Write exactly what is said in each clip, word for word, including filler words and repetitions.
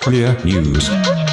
Queer News.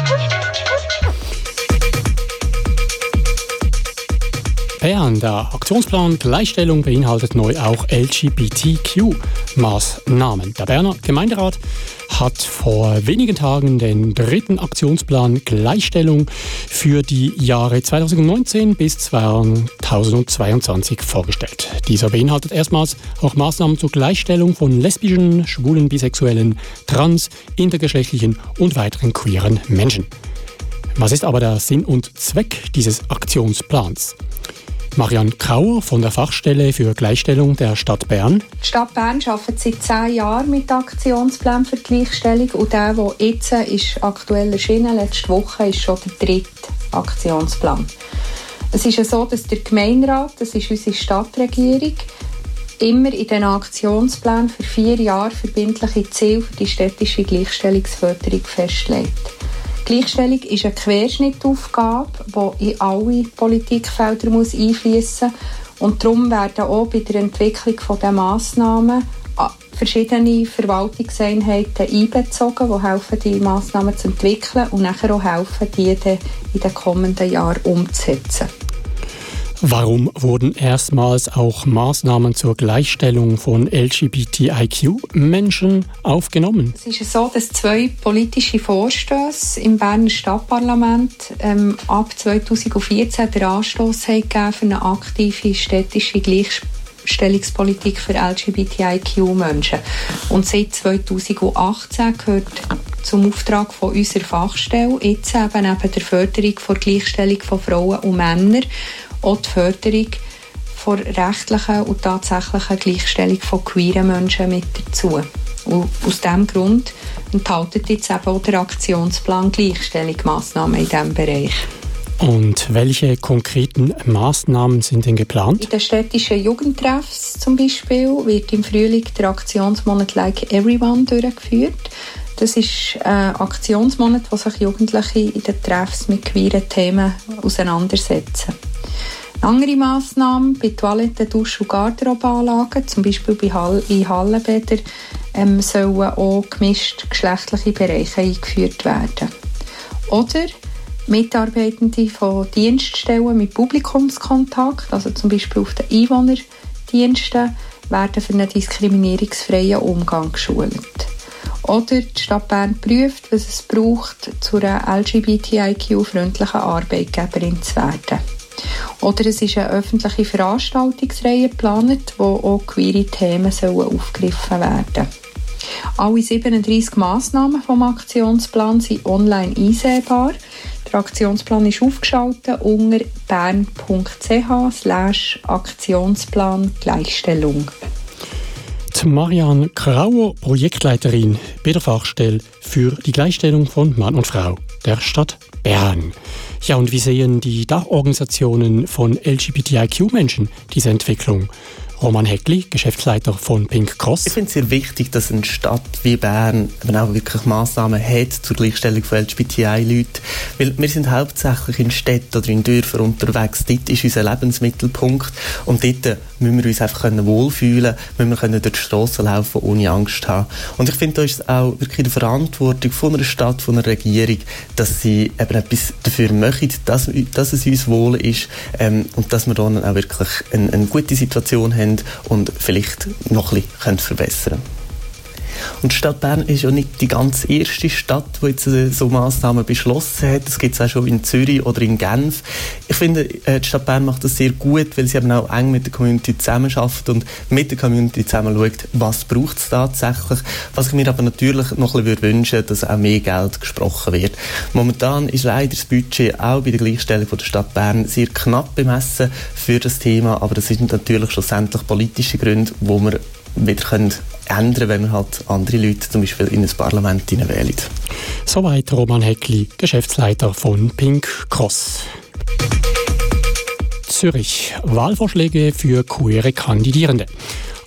Bern, der Aktionsplan Gleichstellung beinhaltet neu auch L G B T Q-Maßnahmen. Der Berner Gemeinderat hat vor wenigen Tagen den dritten Aktionsplan Gleichstellung für die Jahre zweitausendneunzehn bis zweitausendzweiundzwanzig vorgestellt. Dieser beinhaltet erstmals auch Maßnahmen zur Gleichstellung von lesbischen, schwulen, bisexuellen, trans, intergeschlechtlichen und weiteren queeren Menschen. Was ist aber der Sinn und Zweck dieses Aktionsplans? Marianne Krauer von der Fachstelle für Gleichstellung der Stadt Bern. Die Stadt Bern arbeitet seit zehn Jahren mit Aktionsplänen für die Gleichstellung und der, der jetzt ist aktuell erschienen, letzte Woche, ist schon der dritte Aktionsplan. Es ist ja so, dass der Gemeinderat, das ist unsere Stadtregierung, immer in den Aktionsplänen für vier Jahre verbindliche Ziele für die städtische Gleichstellungsförderung festlegt. Gleichstellung ist eine Querschnittaufgabe, die in alle Politikfelder einfließen muss. Und darum werden auch bei der Entwicklung dieser Massnahmen verschiedene Verwaltungseinheiten einbezogen, die helfen, die Massnahmen zu entwickeln und nachher auch helfen, die in den kommenden Jahren umzusetzen. Warum wurden erstmals auch Maßnahmen zur Gleichstellung von L G B T I Q-Menschen aufgenommen? Es ist so, dass zwei politische Vorstösse im Berner Stadtparlament ähm, ab zweitausendvierzehn den Anstoss haben gegeben für eine aktive städtische Gleichstellungspolitik für L G B T I Q-Menschen. Und seit zweitausendachtzehn gehört zum Auftrag von unserer Fachstelle jetzt eben neben der Förderung der Gleichstellung von Frauen und Männern auch die Förderung von rechtlichen und tatsächlichen Gleichstellung von queeren Menschen mit dazu. Und aus diesem Grund enthält jetzt eben auch der Aktionsplan Gleichstellung Massnahmen in diesem Bereich. Und welche konkreten Massnahmen sind denn geplant? In den städtischen Jugendtreffs zum Beispiel wird im Frühling der Aktionsmonat Like Everyone durchgeführt. Das ist ein Aktionsmonat, wo sich Jugendliche in den Treffs mit queeren Themen auseinandersetzen. Eine andere Massnahme bei Toiletten, Dusch- und Garderobeanlagen, zum Beispiel bei Hall- in Hallenbädern, ähm, sollen auch gemischt geschlechtliche Bereiche eingeführt werden. Oder Mitarbeitende von Dienststellen mit Publikumskontakt, also zum Beispiel auf den Einwohnerdiensten, werden für einen diskriminierungsfreien Umgang geschult. Oder die Stadt Bern prüft, was es braucht, zu einer L G B T I Q-freundlichen Arbeitgeberin zu werden. Oder es ist eine öffentliche Veranstaltungsreihe geplant, wo auch queere Themen sollen aufgegriffen werden. Alle siebenunddreissig Massnahmen vom Aktionsplan sind online einsehbar. Der Aktionsplan ist aufgeschaltet unter bern punkt c h slash Aktionsplan Gleichstellung. Marianne Krauer, Projektleiterin bei der Fachstelle für die Gleichstellung von Mann und Frau der Stadt Bern. Ja, und wie sehen die Dachorganisationen von L G B T I Q-Menschen diese Entwicklung? Roman Heckli, Geschäftsleiter von Pink Cross. Ich finde es sehr wichtig, dass eine Stadt wie Bern eben auch wirklich Massnahmen hat zur Gleichstellung von L G B T I-Leuten. Weil wir sind hauptsächlich in Städten oder in Dörfern unterwegs. Dort ist unser Lebensmittelpunkt. Und dort müssen wir uns einfach wohlfühlen können, müssen wir können durch die Strassen laufen, ohne Angst zu haben. Und ich finde, da ist es auch wirklich in der Verantwortung von einer Stadt, von einer Regierung, dass sie eben etwas dafür machen, dass, dass es uns wohl ist ähm, und dass wir dann auch wirklich eine, eine gute Situation haben und vielleicht noch ein bisschen verbessern können. Und die Stadt Bern ist ja nicht die ganz erste Stadt, die jetzt so Massnahmen beschlossen hat. Das gibt es auch schon in Zürich oder in Genf. Ich finde, die Stadt Bern macht das sehr gut, weil sie eben auch eng mit der Community zusammenarbeitet und mit der Community zusammen schaut, was braucht es tatsächlich. Was ich mir aber natürlich noch ein bisschen wünschen würde, dass auch mehr Geld gesprochen wird. Momentan ist leider das Budget auch bei der Gleichstellung von der Stadt Bern sehr knapp bemessen für das Thema, aber das sind natürlich schlussendlich politische Gründe, wo wir wieder können ändern, wenn wir halt andere Leute zum Beispiel in das Parlament wählen. Soweit Roman Heckli, Geschäftsleiter von Pink Cross. Zürich. Wahlvorschläge für queere Kandidierende.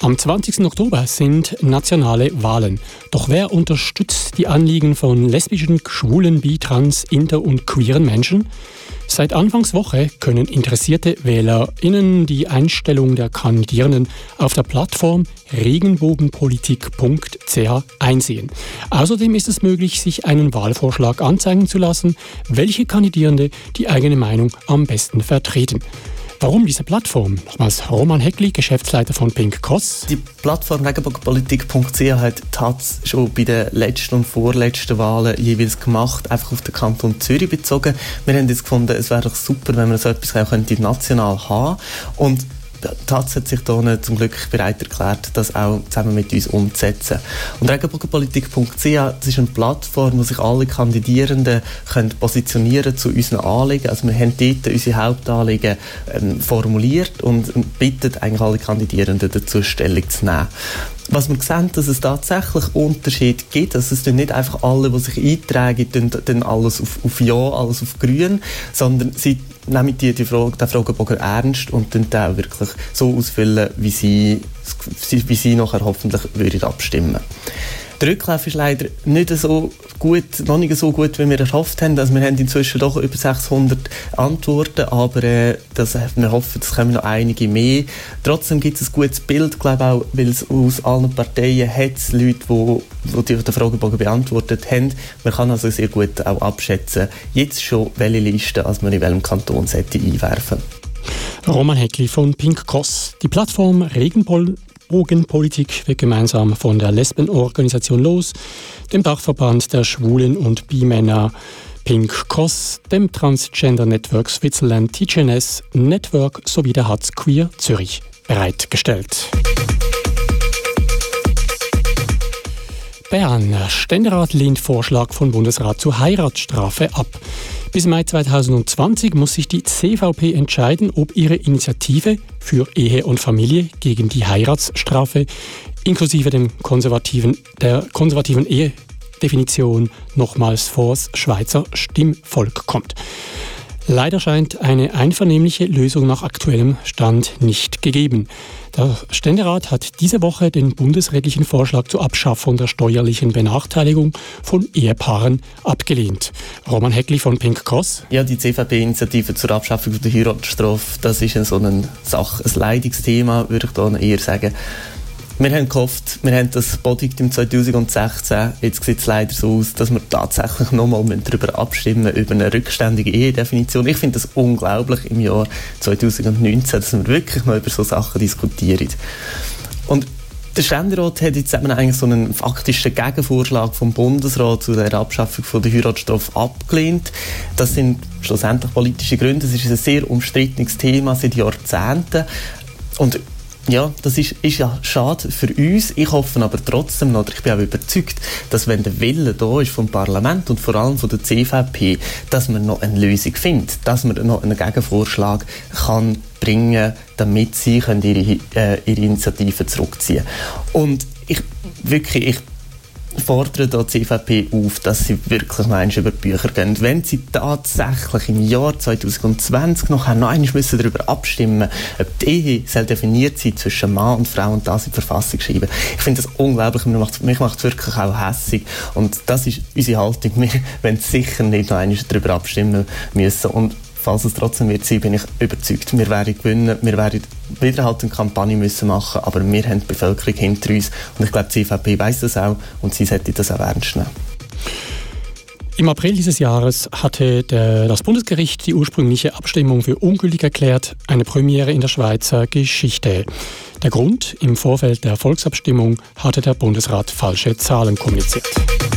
Am zwanzigsten Oktober sind nationale Wahlen. Doch wer unterstützt die Anliegen von lesbischen, schwulen, bi, trans, inter und queeren Menschen? Seit Anfangswoche können interessierte WählerInnen die Einstellung der Kandidierenden auf der Plattform regenbogenpolitik punkt c h einsehen. Außerdem ist es möglich, sich einen Wahlvorschlag anzeigen zu lassen, welche Kandidierende die eigene Meinung am besten vertreten. Warum diese Plattform? Nochmals Roman Heckli, Geschäftsleiter von Pink Cross. Die Plattform regenbogenpolitik punkt c h hat Taz schon bei den letzten und vorletzten Wahlen jeweils gemacht, einfach auf den Kanton Zürich bezogen. Wir haben jetzt gefunden, es wäre doch super, wenn man so etwas auch national haben könnte. Und Taz hat sich da zum Glück bereit erklärt, das auch zusammen mit uns umzusetzen. Und regenbogenpolitik punkt c h, das ist eine Plattform, wo sich alle Kandidierenden können positionieren zu unseren Anliegen. Also wir haben dort unsere Hauptanliegen ähm, formuliert und bitten eigentlich alle Kandidierenden dazu Stellung zu nehmen. Was wir sehen, dass es tatsächlich Unterschiede gibt. Also es tun nicht einfach alle, die sich eintragen, tun, tun alles auf, auf Ja, alles auf Grün, sondern sie nehmen die, die Frage, den Fragebogen ernst und tun den auch wirklich so ausfüllen, wie sie, wie sie nachher hoffentlich würden abstimmen. Der Rücklauf ist leider nicht so gut, noch nicht so gut, wie wir erhofft haben. Also wir haben inzwischen doch über sechshundert Antworten, aber äh, das, wir hoffen, es kommen noch einige mehr. Trotzdem gibt es ein gutes Bild, glaube auch, weil es aus allen Parteien hat es Leute, die, die den Fragebogen beantwortet haben. Man kann also sehr gut auch abschätzen, jetzt schon, welche Liste als man in welchem Kanton sollte einwerfen. Roman Heckli von Pink Cross. Die Plattform Regenpol Regenbogenpolitik wird gemeinsam von der Lesbenorganisation LOS, dem Dachverband der Schwulen und Bi-Männer Pink Cross, dem Transgender Network Switzerland T G N S Network sowie der Hatz Queer Zürich bereitgestellt. Bern. Ständerat lehnt Vorschlag von Bundesrat zur Heiratsstrafe ab. Bis Mai zweitausendzwanzig muss sich die C V P entscheiden, ob ihre Initiative für Ehe und Familie gegen die Heiratsstrafe inklusive dem konservativen, der konservativen Ehedefinition nochmals vors Schweizer Stimmvolk kommt. Leider scheint eine einvernehmliche Lösung nach aktuellem Stand nicht gegeben. Der Ständerat hat diese Woche den bundesrätlichen Vorschlag zur Abschaffung der steuerlichen Benachteiligung von Ehepaaren abgelehnt. Roman Heckli von Pink Cross. Ja, die C V P-Initiative zur Abschaffung der Heiratsstrafe, das ist so eine Sache, ein Leidungsthema, würde ich da eher sagen. Wir haben gehofft, wir haben das Bodikt im zweitausendsechzehn. Jetzt sieht es leider so aus, dass wir tatsächlich nochmal darüber abstimmen, über eine rückständige Ehedefinition. Ich finde das unglaublich im Jahr zweitausendneunzehn, dass wir wirklich noch über solche Sachen diskutieren. Und der Ständerat hat jetzt eben eigentlich so einen faktischen Gegenvorschlag vom Bundesrat zu der Abschaffung von der Heiratsstrafe abgelehnt. Das sind schlussendlich politische Gründe. Es ist ein sehr umstrittenes Thema seit Jahrzehnten. Und ja, das ist, ist ja schade für uns. Ich hoffe aber trotzdem noch, ich bin auch überzeugt, dass wenn der Wille da ist vom Parlament und vor allem von der C V P, dass man noch eine Lösung findet, dass man noch einen Gegenvorschlag kann bringen, damit sie können ihre, äh, ihre Initiative zurückziehen können. Und ich wirklich, ich fordere da die C V P auf, dass sie wirklich noch einmal über die Bücher gehen. Wenn sie tatsächlich im Jahr zweitausendzwanzig noch einmal müssen darüber abstimmen, ob die Ehe soll definiert sein zwischen Mann und Frau und das in die Verfassung schreiben. Ich finde das unglaublich, mich macht, mich macht es wirklich auch hässig. Und das ist unsere Haltung. Wir wollen sicher nicht noch einmal darüber abstimmen müssen. Und falls es trotzdem wird sein, bin ich überzeugt, wir werden gewinnen, wir werden wieder halt eine Kampagne müssen machen, aber wir haben die Bevölkerung hinter uns und ich glaube, die C V P weiss das auch und sie sollte das auch ernst nehmen. Im April dieses Jahres hatte der, das Bundesgericht die ursprüngliche Abstimmung für ungültig erklärt, eine Premiere in der Schweizer Geschichte. Der Grund: Im Vorfeld der Volksabstimmung hatte der Bundesrat falsche Zahlen kommuniziert.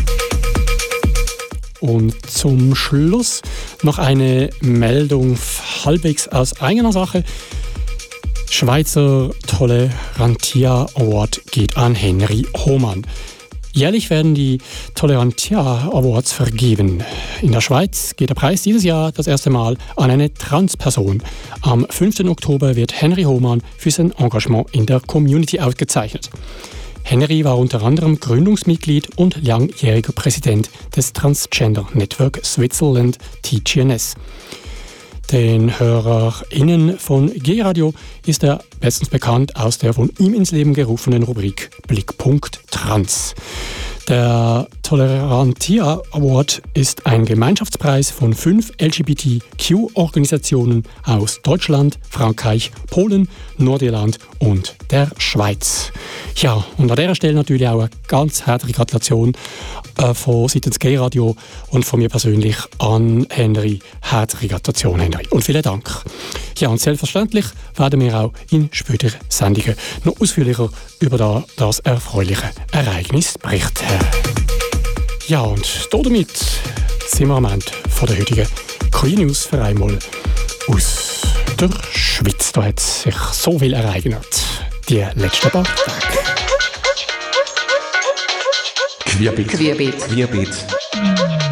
Und zum Schluss noch eine Meldung halbwegs aus eigener Sache. Schweizer Tolerantia Award geht an Henry Hohmann. Jährlich werden die Tolerantia Awards vergeben. In der Schweiz geht der Preis dieses Jahr das erste Mal an eine Transperson. Am fünften Oktober wird Henry Hohmann für sein Engagement in der Community ausgezeichnet. Henry war unter anderem Gründungsmitglied und langjähriger Präsident des Transgender Network Switzerland T G N S. Den HörerInnen von G-Radio ist er bestens bekannt aus der von ihm ins Leben gerufenen Rubrik Blickpunkt Trans. Der Tolerantia Award ist ein Gemeinschaftspreis von fünf L G B T Q-Organisationen aus Deutschland, Frankreich, Polen, Nordirland und der Schweiz. Ja, und an dieser Stelle natürlich auch eine ganz herzliche Gratulation äh, von seitens G-Radio und von mir persönlich an Henry. Herzliche Gratulation, Henry. Und vielen Dank. Ja, und selbstverständlich werden wir auch in späteren Sendungen noch ausführlicher über das erfreuliche Ereignis berichten. Ja, und damit sind wir am Ende von der heutigen Queer News für einmal aus der Schweiz. Da hat sich so viel ereignet die letzten paar Tage. Querbeet. Querbeet. Querbeet.